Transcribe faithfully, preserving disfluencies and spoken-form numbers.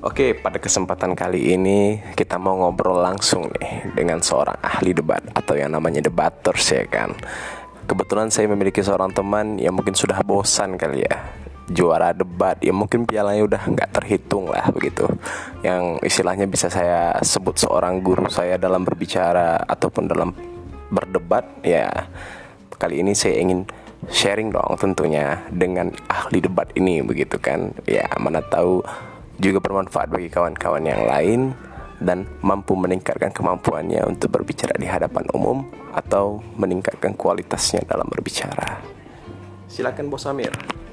Oke, pada kesempatan kali ini kita mau ngobrol langsung nih dengan seorang ahli debat atau yang namanya debaters ya kan. Kebetulan saya memiliki seorang teman yang mungkin sudah bosan kali ya, juara debat, ya mungkin pialanya udah nggak terhitung lah begitu. Yang istilahnya bisa saya sebut seorang guru saya dalam berbicara ataupun dalam berdebat ya. Kali ini saya ingin sharing dong tentunya dengan ahli debat ini begitu kan. Ya mana tahu juga bermanfaat bagi kawan-kawan yang lain dan mampu meningkatkan kemampuannya untuk berbicara di hadapan umum atau meningkatkan kualitasnya dalam berbicara. Silakan Bos Amir.